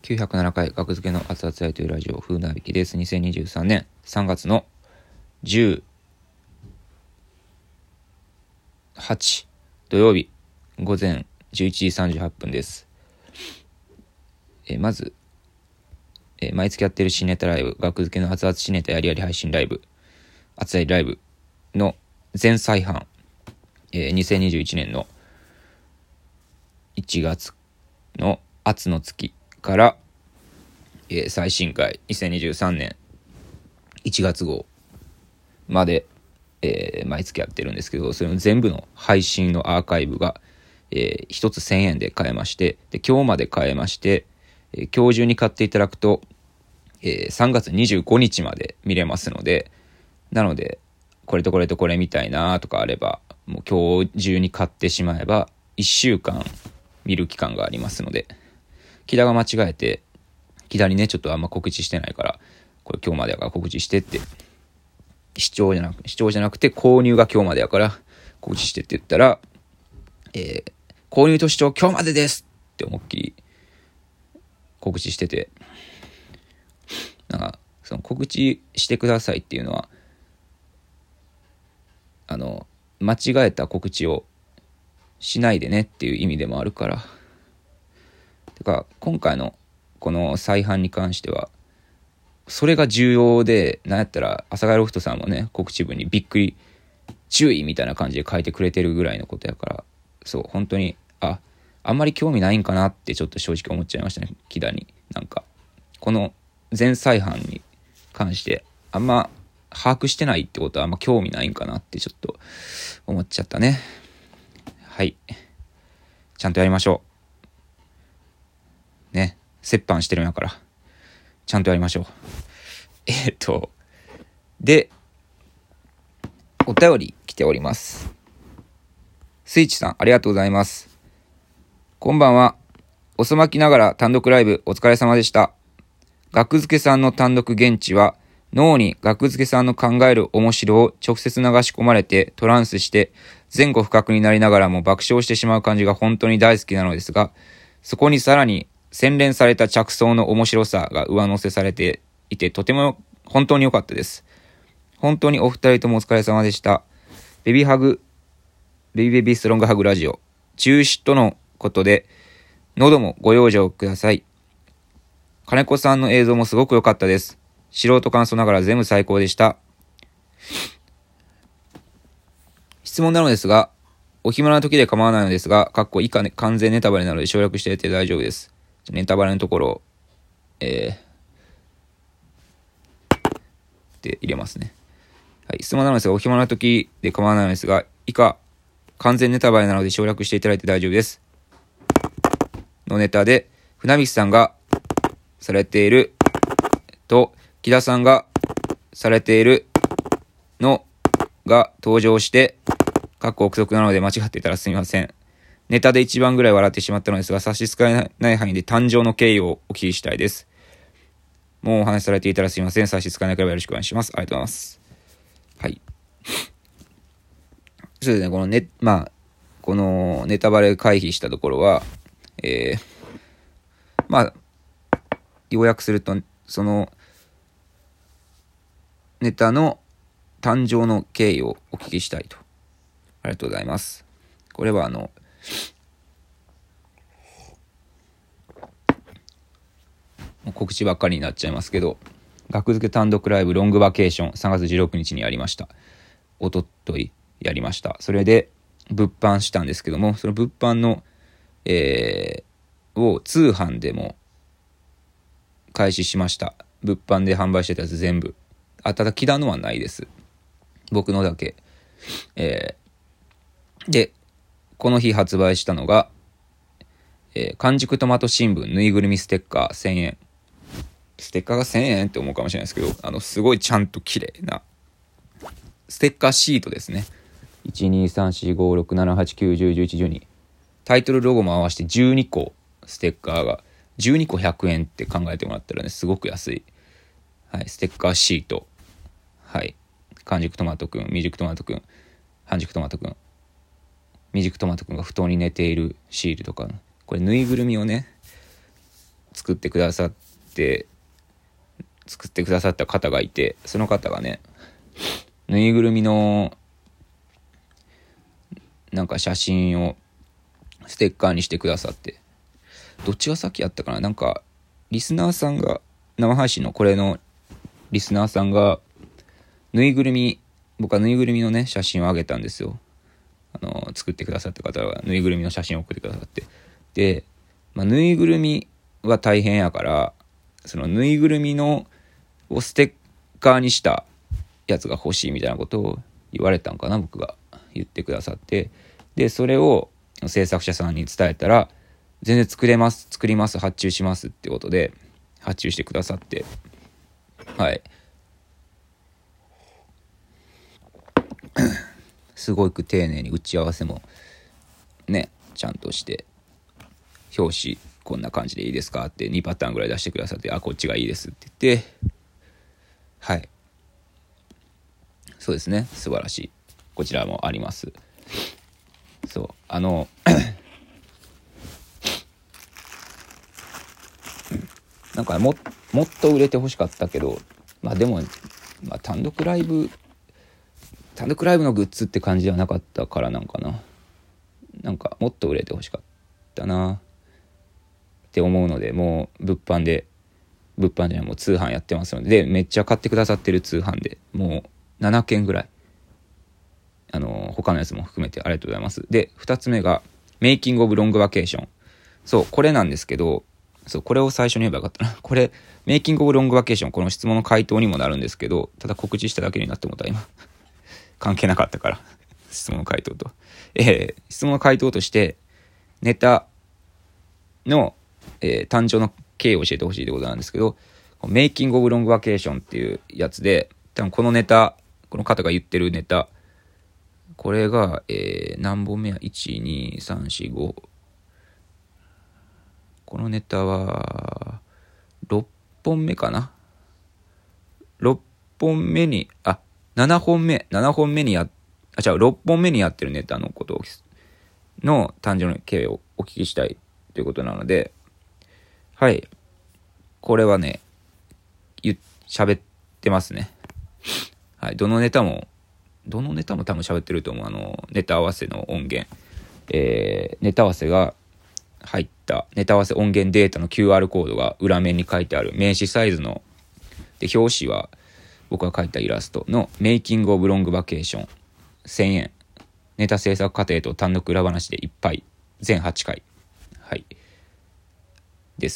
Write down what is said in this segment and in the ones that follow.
907回学付けの熱々愛というラジオ風なびきです。2023年3月の18土曜日午前11時38分です。まず、毎月やってる新ネタライブ、学付けの熱々新ネタやりやり配信ライブ、熱いライブの前再販、2021年の1月の熱の月から、最新回2023年1月号まで、毎月やってるんですけど、それの全部の配信のアーカイブが、1つ1000円で買えまして、で今日まで買えまして、今日中に買っていただくと、3月25日まで見れますので、なのでこれとこれとこれみたいなとかあれば、もう今日中に買ってしまえば1週間見る期間がありますので、木田が間違えて、木田にねちょっとあんま告知してないから、これ今日までやから告知してって、視聴じゃなくて購入が今日までやから告知してって言ったら、購入と視聴今日までですって思いっきり告知してて、なんかその告知してくださいっていうのは、間違えた告知をしないでねっていう意味でもあるから。てか今回のこの再販に関してはそれが重要で、なんやったら阿佐ヶ谷ロフトさんもね告知文にびっくり注意みたいな感じで書いてくれてるぐらいのことやから、そう本当にあんまり興味ないんかなってちょっと正直思っちゃいましたね。木田になんかこの前再販に関してあんま把握してないってことはあんま興味ないんかなってちょっと思っちゃったね。はい、ちゃんとやりましょうね。折半してるんやからちゃんとやりましょう。でお便り来ております。スイッチさんありがとうございます。こんばんは。遅まきながら単独ライブお疲れ様でした。学付けさんの単独現地は脳に学付けさんの考える面白を直接流し込まれてトランスして前後不覚になりながらも爆笑してしまう感じが本当に大好きなのですが、そこにさらに洗練された着想の面白さが上乗せされていて、とても本当に良かったです。本当にお二人ともお疲れ様でした。ベビーストロングハグラジオ中止とのことで喉もご養生ください。金子さんの映像もすごく良かったです。素人感想ながら全部最高でした。質問なのですが、お暇な時で構わないのですが、以下、ね、完全ネタバレなので省略していて大丈夫です。ネタバレのところを、で入れますね。はい、質問なのですが、お暇な時で構わないのですが、以下、完全ネタバレなので省略していただいて大丈夫です。のネタで、船引さんがされていると、木田さんがされているのが登場して、憶測なので間違っていたらすみません。ネタで一番ぐらい笑ってしまったのですが、差し支えない範囲で誕生の経緯をお聞きしたいです。もうお話しされていたらすみません。差し支えなければよろしくお願いします。ありがとうございます。はい。そうですね、このネタバレ回避したところは、要約すると、そのネタの誕生の経緯をお聞きしたいと。ありがとうございます。これは告知ばっかりになっちゃいますけど、学付け単独ライブロングバケーション3月16日にやりました。おとといやりました。それで物販したんですけども、その物販の、を通販でも開始しました。物販で販売してたやつ全部。ただ木田のはないです。僕のだけ。で、この日発売したのが、完熟トマト新聞ぬいぐるみステッカー1000円。ステッカーが1000円って思うかもしれないですけど、すごいちゃんと綺麗なステッカーシートですね。123456789101112タイトルロゴも合わせて12個ステッカーが12個100円って考えてもらったらね、すごく安い、はい、ステッカーシート、はい、完熟トマトくん、未熟トマトくん、半熟トマトくん、未熟トマトくんが布団に寝ているシールとか、これぬいぐるみをね作ってくださった方がいて、その方がね、ぬいぐるみのなんか写真をステッカーにしてくださって、どっちが先やったかな、なんかリスナーさんが、生配信のこれのリスナーさんが僕はぬいぐるみのね写真をあげたんですよ。作ってくださった方がぬいぐるみの写真を送ってくださって、で、ぬいぐるみは大変やから、そのぬいぐるみのをステッカーにしたやつが欲しいみたいなことを言われたんかな、僕が言ってくださって、でそれを制作者さんに伝えたら、全然作ります、発注しますってことで発注してくださって、はい、すごく丁寧に打ち合わせもねちゃんとして、表紙こんな感じでいいですかって2パターンぐらい出してくださって、こっちがいいですって言って、はい、そうですね、素晴らしい、こちらもあります。そうなんかもっと売れてほしかったけど、でも、単独ライブのグッズって感じではなかったからなんかな、なんかもっと売れてほしかったなって思うので、もう物販じゃない、もう通販やってますので、めっちゃ買ってくださってる通販でもう7件ぐらい、他のやつも含めてありがとうございます。で、2つ目がメイキングオブロングバケーション。そう、これなんですけど、そう、これを最初に言えばよかったな。これメイキングオブロングバケーション、この質問の回答にもなるんですけど、ただ告知しただけになってもうた今関係なかったから質問の回答と、質問の回答としてネタの、誕生の経緯を教えてほしいということなんですけど、メイキングオブロングバケーションっていうやつで、多分この方が言ってるネタ、これが、何本目や 1,2,3,4,5、このネタは6本目かな、6本目に7本目に6本目にやってるネタのことの誕生の経緯をお聞きしたいということなので、はい、これはね喋ってますね。はい、どのネタも多分喋ってると思う。ネタ合わせの音源、ネタ合わせが入ったネタ合わせ音源データの QR コードが裏面に書いてある名刺サイズので、表紙は僕が描いたイラストのメイキングオブロングバケーション1000円、ネタ制作過程と単独裏話でいっぱい、全8回、はいです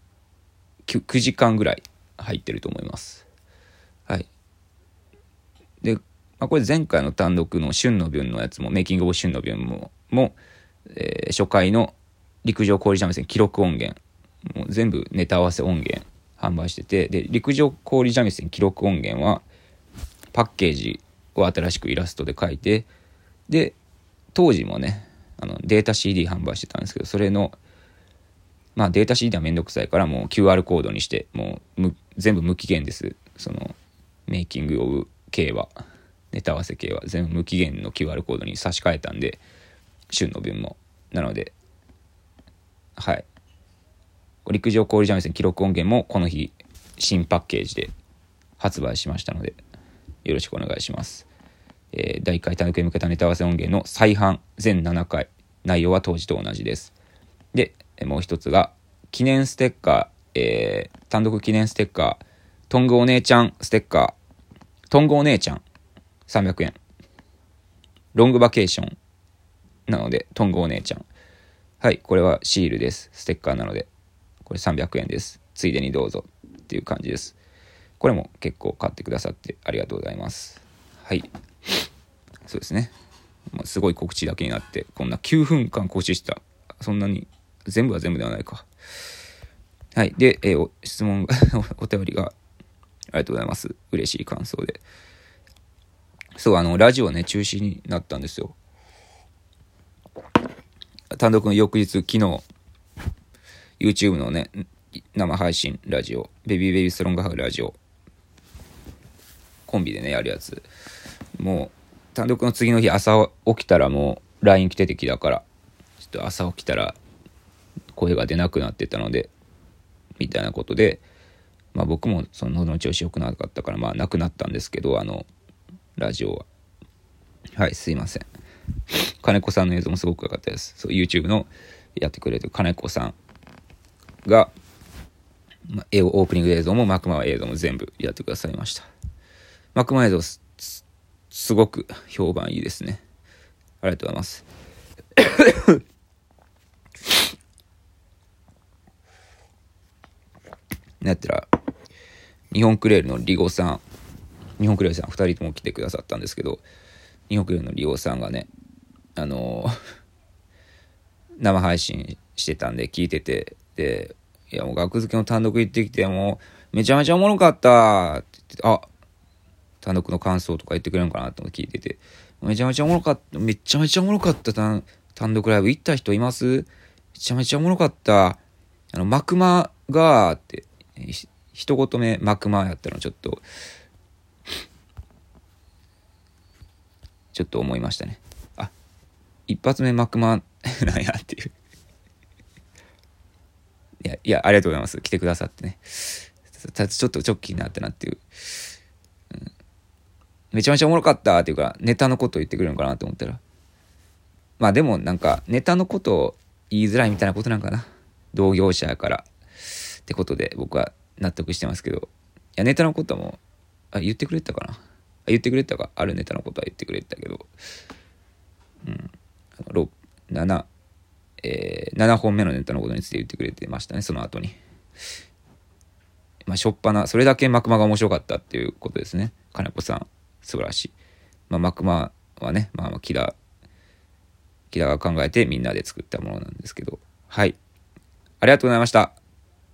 。9時間ぐらい入ってると思います。はい。で、これ前回の単独の旬の分のやつも、メイキングオブ旬の分も、初回の陸上氷三味線記録音源もう全部ネタ合わせ音源販売してて、で陸上氷三味線記録音源はパッケージを新しくイラストで書いて、で当時もねデータ CD 販売してたんですけど、それのデータ CD はめんどくさいからもう QR コードにして、もう全部無期限です。そのメイキングオブ系は、ネタ合わせ系は全部無期限の QR コードに差し替えたんで、旬の分もなので、はい、陸上氷三味線記録音源もこの日新パッケージで発売しましたので、よろしくお願いします。第1回単独に向けたネタ合わせ音源の再販全7回、内容は当時と同じです。でもう一つが記念ステッカー、単独記念ステッカー、トングお姉ちゃんステッカー、トングお姉ちゃん300円、ロングバケーションなのでトングお姉ちゃん、はい、これはシールです。ステッカーなのでこれ300円です。ついでにどうぞっていう感じです。これも結構買ってくださってありがとうございます。はい、そうですね、すごい告知だけになって、こんな9分間告知した、そんなに全部は全部ではないか。はい。で、質問がお便りがありがとうございます。嬉しい感想で。そう、ラジオね中止になったんですよ。単独の翌日、昨日 YouTube のね生配信ラジオ、ベビーベビーストロングハグラジオ、コンビでねやるやつ、もう単独の次の日朝起きたらもう LINE 来ててきたから、ちょっと朝起きたら声が出なくなってたのでみたいなことで、僕もその喉の調子良くなかったからなくなったんですけど、ラジオは。はい、すいません。金子さんの映像もすごく良かったです。そう YouTube のやってくれてる金子さんが、オープニング映像もマクマ映像も全部やってくださいました。マクマ映像すごく評判いいですね。ありがとうございます。やったら日本クレールのリゴさん、日本クレールさん2人とも来てくださったんですけど、日本クレールのリゴさんがね、生配信してたんで聞いてて、で、いやもう学付けの単独行ってきて、もうめちゃめちゃおもろかったって言って、単独の感想とか言ってくれるのかなと思って聞いてて、めちゃめちゃおもろかった単独ライブ行った人います？めちゃめちゃおもろかった。マクマがって一言目マクマやったのちょっと思いましたね。一発目マクマなんやっていういやありがとうございます。来てくださってね。ちょっと直近になったなっていう、めちゃめちゃおもろかったっていうか、ネタのことを言ってくれるのかなと思ったら、でもなんかネタのことを言いづらいみたいなことなんかな、同業者やからってことで僕は納得してますけど、いやネタのことも言ってくれたかな、言ってくれたか、あるネタのことは言ってくれたけど、7本目のネタのことについて言ってくれてましたね、その後に。しょっぱなそれだけマクマが面白かったっていうことですね。金子さん素晴らしい。マクマはね、木田が考えてみんなで作ったものなんですけど、はい、ありがとうございました。